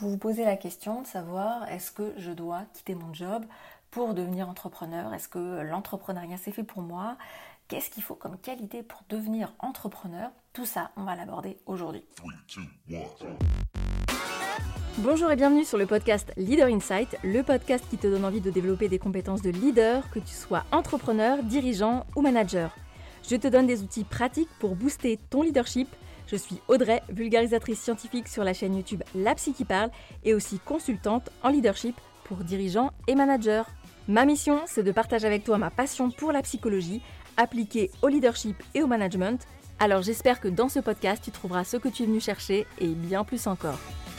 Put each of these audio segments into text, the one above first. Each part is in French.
Vous vous posez la question de savoir est-ce que je dois quitter mon job pour devenir entrepreneur? Est-ce que l'entrepreneuriat c'est fait pour moi? Qu'est-ce qu'il faut comme qualité pour devenir entrepreneur? Tout ça, on va l'aborder aujourd'hui. 3, 2, 1. Bonjour et bienvenue sur le podcast Leader Insight, le podcast qui te donne envie de développer des compétences de leader, que tu sois entrepreneur, dirigeant ou manager. Je te donne des outils pratiques pour booster ton leadership. Je suis Audrey, vulgarisatrice scientifique sur la chaîne YouTube La Psy qui parle et aussi consultante en leadership pour dirigeants et managers. Ma mission, c'est de partager avec toi ma passion pour la psychologie appliquée au leadership et au management. Alors j'espère que dans ce podcast, tu trouveras ce que tu es venu chercher et bien plus encore.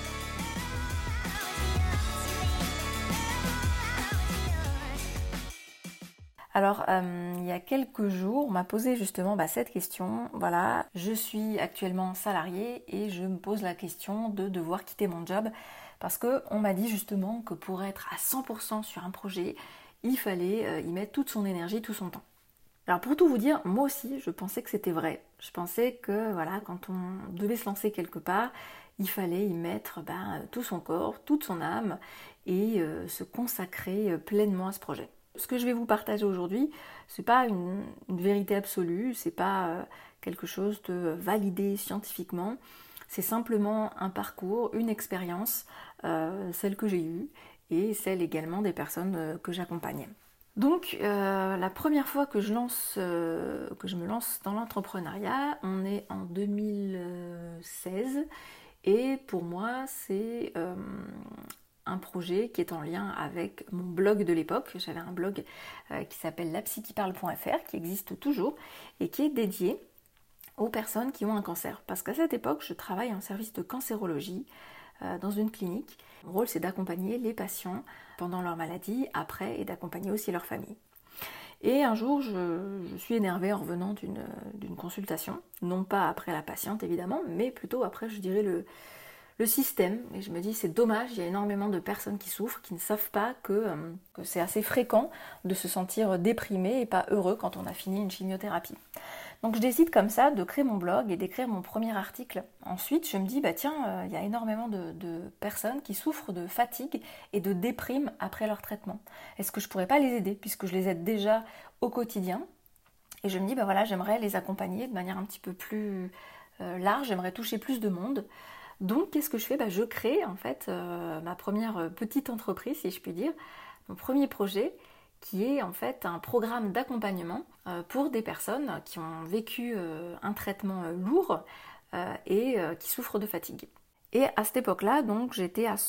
Alors, il y a quelques jours, on m'a posé justement cette question. Voilà, je suis actuellement salariée et je me pose la question de devoir quitter mon job parce qu'on m'a dit justement que pour être à 100% sur un projet, il fallait y mettre toute son énergie, tout son temps. Alors pour tout vous dire, moi aussi, je pensais que c'était vrai. Je pensais que voilà, quand on devait se lancer quelque part, il fallait y mettre tout son corps, toute son âme et se consacrer pleinement à ce projet. Ce que je vais vous partager aujourd'hui, c'est pas une vérité absolue, c'est pas quelque chose de validé scientifiquement, c'est simplement un parcours, une expérience, celle que j'ai eue et celle également des personnes que j'accompagnais. Donc la première fois que je me lance dans l'entrepreneuriat, on est en 2016 et pour moi c'est un projet qui est en lien avec mon blog de l'époque. J'avais un blog qui s'appelle lapsychiparle.fr qui existe toujours et qui est dédié aux personnes qui ont un cancer. Parce qu'à cette époque, je travaille en service de cancérologie dans une clinique. Mon rôle, c'est d'accompagner les patients pendant leur maladie, après, et d'accompagner aussi leur famille. Et un jour, je suis énervée en revenant d'une consultation, non pas après la patiente évidemment, mais plutôt après, je dirais, le système. Et je me dis, c'est dommage, il y a énormément de personnes qui souffrent, qui ne savent pas que c'est assez fréquent de se sentir déprimé et pas heureux quand on a fini une chimiothérapie. Donc je décide comme ça de créer mon blog et d'écrire mon premier article. Ensuite, je me dis, il y a énormément de personnes qui souffrent de fatigue et de déprime après leur traitement. Est-ce que je pourrais pas les aider puisque je les aide déjà au quotidien? Et je me dis, j'aimerais les accompagner de manière un petit peu plus large, j'aimerais toucher plus de monde. Donc qu'est-ce que je fais? Je crée en fait ma première petite entreprise, si je puis dire, mon premier projet qui est en fait un programme d'accompagnement pour des personnes qui ont vécu un traitement lourd et qui souffrent de fatigue. Et à cette époque-là, donc j'étais à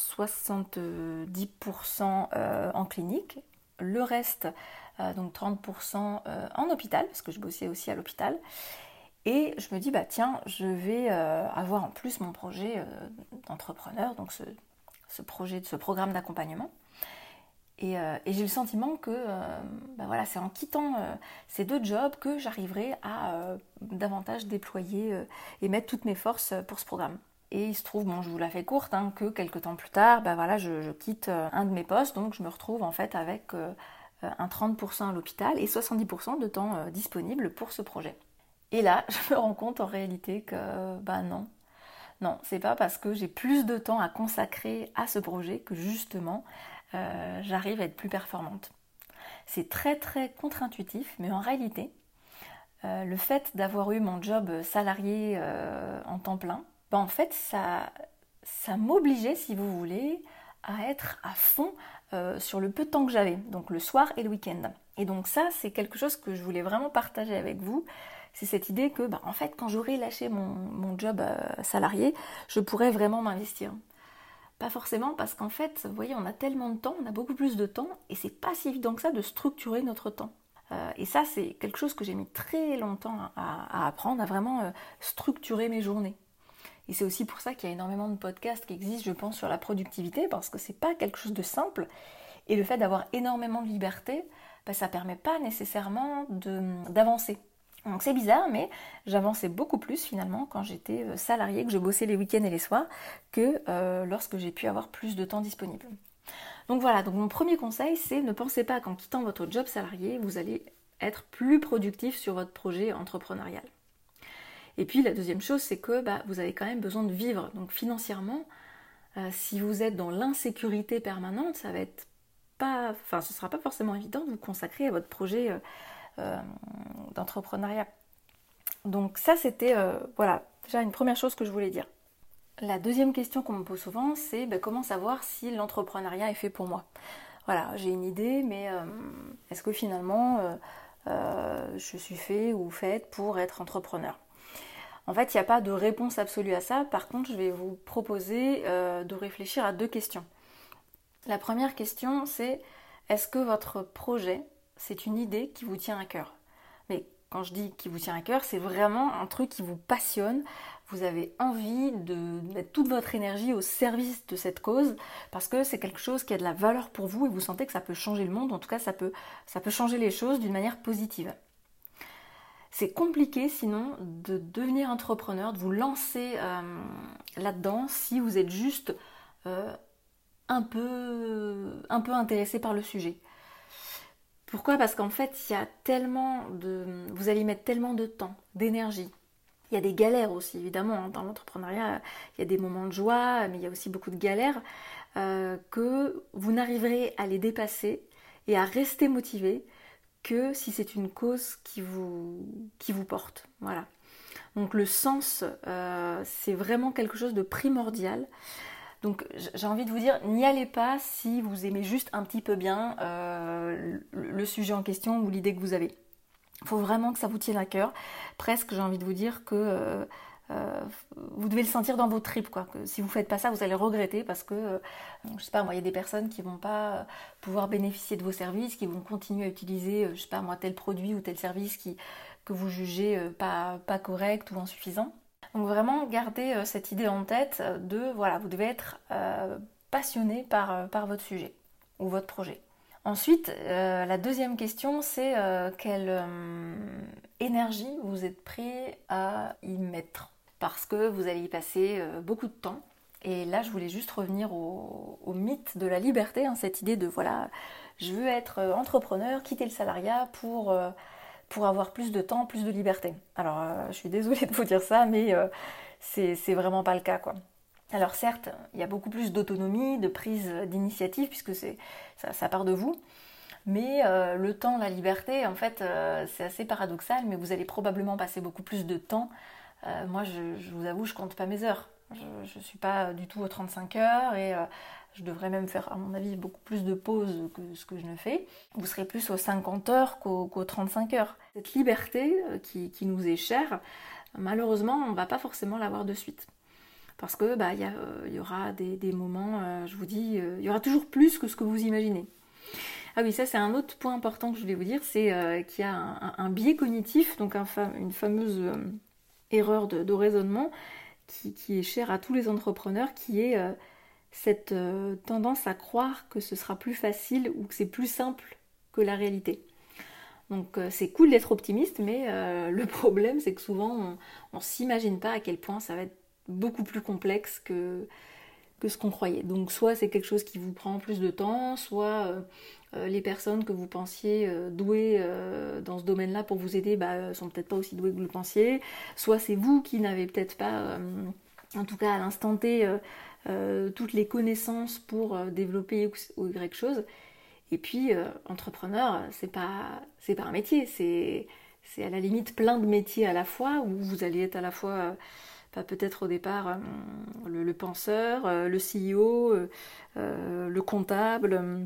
70% en clinique, le reste, donc 30% en hôpital, parce que je bossais aussi à l'hôpital. Et je me dis, je vais avoir en plus mon projet d'entrepreneur, donc ce programme d'accompagnement. Et j'ai le sentiment que c'est en quittant ces deux jobs que j'arriverai à davantage déployer et mettre toutes mes forces pour ce programme. Et il se trouve, je vous la fais courte, que quelques temps plus tard, je quitte un de mes postes, donc je me retrouve en fait avec un 30% à l'hôpital et 70% de temps disponible pour ce projet. Et là, je me rends compte en réalité que non, c'est pas parce que j'ai plus de temps à consacrer à ce projet que justement j'arrive à être plus performante. C'est très très contre-intuitif, mais en réalité, le fait d'avoir eu mon job salarié en temps plein, en fait ça m'obligeait, si vous voulez, à être à fond sur le peu de temps que j'avais, donc le soir et le week-end. Et donc ça, c'est quelque chose que je voulais vraiment partager avec vous. C'est cette idée que, en fait, quand j'aurai lâché mon job salarié, je pourrais vraiment m'investir. Pas forcément parce qu'en fait, vous voyez, on a tellement de temps, on a beaucoup plus de temps, et c'est pas si évident que ça de structurer notre temps. Et ça, c'est quelque chose que j'ai mis très longtemps à apprendre, à vraiment structurer mes journées. Et c'est aussi pour ça qu'il y a énormément de podcasts qui existent, je pense, sur la productivité, parce que c'est pas quelque chose de simple. Et le fait d'avoir énormément de liberté, ça permet pas nécessairement d'avancer. Donc c'est bizarre, mais j'avançais beaucoup plus finalement quand j'étais salariée, que je bossais les week-ends et les soirs, que lorsque j'ai pu avoir plus de temps disponible. Donc voilà, donc mon premier conseil, c'est ne pensez pas qu'en quittant votre job salarié, vous allez être plus productif sur votre projet entrepreneurial. Et puis la deuxième chose, c'est que vous avez quand même besoin de vivre. Donc financièrement, Si vous êtes dans l'insécurité permanente, ce sera pas forcément évident de vous consacrer à votre projet d'entrepreneuriat. Donc ça, c'était déjà une première chose que je voulais dire. La deuxième question qu'on me pose souvent, c'est comment savoir si l'entrepreneuriat est fait pour moi. Voilà, j'ai une idée, mais est-ce que finalement je suis fait ou faite pour être entrepreneur ? En fait, il n'y a pas de réponse absolue à ça. Par contre, je vais vous proposer de réfléchir à deux questions. La première question, c'est est-ce que votre projet, c'est une idée qui vous tient à cœur ? Mais quand je dis qui vous tient à cœur, c'est vraiment un truc qui vous passionne. Vous avez envie de mettre toute votre énergie au service de cette cause parce que c'est quelque chose qui a de la valeur pour vous et vous sentez que ça peut changer le monde. En tout cas, ça peut changer les choses d'une manière positive. C'est compliqué sinon de devenir entrepreneur, de vous lancer là-dedans si vous êtes juste un peu intéressé par le sujet. Pourquoi ? Parce qu'en fait, vous allez y mettre tellement de temps, d'énergie. Il y a des galères aussi, évidemment. Dans l'entrepreneuriat, il y a des moments de joie, mais il y a aussi beaucoup de galères que vous n'arriverez à les dépasser et à rester motivé que si c'est une cause qui vous porte. Voilà. Donc le sens, c'est vraiment quelque chose de primordial. Donc j'ai envie de vous dire, n'y allez pas si vous aimez juste un petit peu bien le sujet en question ou l'idée que vous avez. Il faut vraiment que ça vous tienne à cœur. Presque, j'ai envie de vous dire que vous devez le sentir dans vos tripes, quoi. Que si vous ne faites pas ça, vous allez regretter parce que, je sais pas, moi, il y a des personnes qui ne vont pas pouvoir bénéficier de vos services, qui vont continuer à utiliser, je sais pas, moi, tel produit ou tel service que vous jugez pas correct ou insuffisant. Donc vraiment, gardez cette idée en tête vous devez être passionné par votre sujet ou votre projet. Ensuite, la deuxième question, c'est quelle énergie vous êtes prêt à y mettre parce que vous allez y passer beaucoup de temps. Et là, je voulais juste revenir au mythe de la liberté, cette idée de je veux être entrepreneur, quitter le salariat pour avoir plus de temps, plus de liberté. Alors, je suis désolée de vous dire ça, mais c'est vraiment pas le cas, quoi. Alors certes, il y a beaucoup plus d'autonomie, de prise d'initiative, puisque ça part de vous. Mais le temps, la liberté, en fait, c'est assez paradoxal, mais vous allez probablement passer beaucoup plus de temps. Moi, je vous avoue, je compte pas mes heures. Je ne suis pas du tout aux 35 heures et je devrais même faire, à mon avis, beaucoup plus de pauses que ce que je ne fais. Vous serez plus aux 50 heures qu'aux 35 heures. Cette liberté qui nous est chère, malheureusement, on ne va pas forcément l'avoir de suite. Parce que y aura des moments, je vous dis, il y aura toujours plus que ce que vous imaginez. Ah oui, ça c'est un autre point important que je voulais vous dire, c'est qu'il y a un biais cognitif, donc une fameuse erreur de raisonnement qui est chère à tous les entrepreneurs, qui est cette tendance à croire que ce sera plus facile ou que c'est plus simple que la réalité. Donc c'est cool d'être optimiste, mais le problème c'est que souvent on ne s'imagine pas à quel point ça va être beaucoup plus complexe que ce qu'on croyait. Donc soit c'est quelque chose qui vous prend plus de temps, soit les personnes que vous pensiez douées dans ce domaine-là pour vous aider sont peut-être pas aussi douées que vous le pensiez, soit c'est vous qui n'avez peut-être pas, en tout cas à l'instant T, toutes les connaissances pour développer X ou Y chose. Et puis entrepreneur, c'est pas un métier, c'est à la limite plein de métiers à la fois où vous allez être à la fois peut-être au départ le penseur, le CEO, le comptable,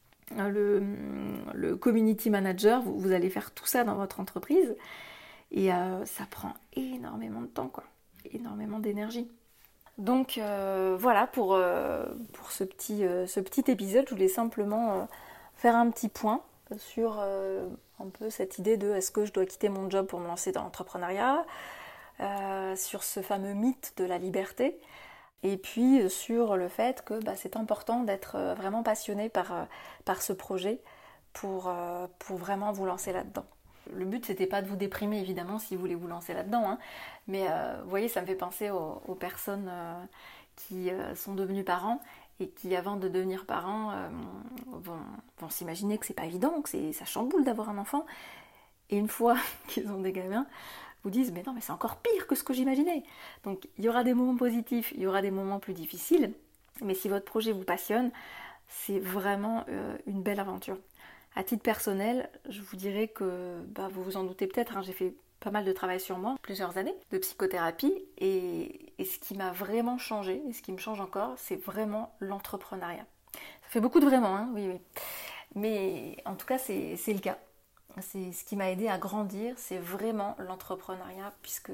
le community manager. Vous allez faire tout ça dans votre entreprise et ça prend énormément de temps, quoi, énormément d'énergie. Donc voilà pour ce petit épisode, je voulais simplement faire un petit point sur un peu cette idée de est-ce que je dois quitter mon job pour me lancer dans l'entrepreneuriat, sur ce fameux mythe de la liberté, et puis sur le fait que c'est important d'être vraiment passionné par ce projet pour vraiment vous lancer là-dedans. Le but, c'était pas de vous déprimer, évidemment, si vous voulez vous lancer là-dedans, mais vous voyez, ça me fait penser aux personnes qui sont devenues parents et qui, avant de devenir parents, vont s'imaginer que c'est pas évident, que ça chamboule d'avoir un enfant, et une fois qu'ils ont des gamins, vous disent mais non, mais c'est encore pire que ce que j'imaginais. Donc il y aura des moments positifs, il y aura des moments plus difficiles, Mais si votre projet vous passionne, c'est vraiment une belle aventure. À titre personnel, je vous dirais que vous vous en doutez peut-être, j'ai fait pas mal de travail sur moi, plusieurs années de psychothérapie, et ce qui m'a vraiment changé, et ce qui me change encore, c'est vraiment l'entrepreneuriat. Ça fait beaucoup de vraiment, oui. Mais en tout cas, c'est le cas. C'est ce qui m'a aidé à grandir, c'est vraiment l'entrepreneuriat, puisque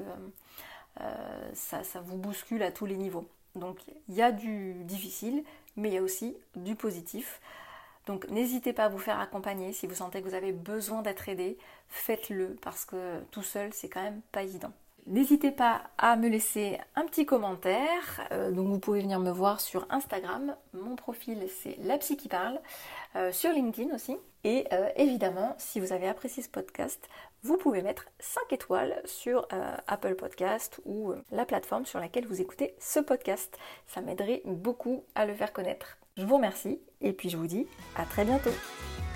ça vous bouscule à tous les niveaux. Donc il y a du difficile, mais il y a aussi du positif. Donc n'hésitez pas à vous faire accompagner. Si vous sentez que vous avez besoin d'être aidé, faites-le, parce que tout seul, c'est quand même pas évident. N'hésitez pas à me laisser un petit commentaire. Donc vous pouvez venir me voir sur Instagram. Mon profil, c'est La Psy qui parle. Sur LinkedIn aussi. Et évidemment, si vous avez apprécié ce podcast, vous pouvez mettre 5 étoiles sur Apple Podcast ou la plateforme sur laquelle vous écoutez ce podcast. Ça m'aiderait beaucoup à le faire connaître. Je vous remercie et puis je vous dis à très bientôt.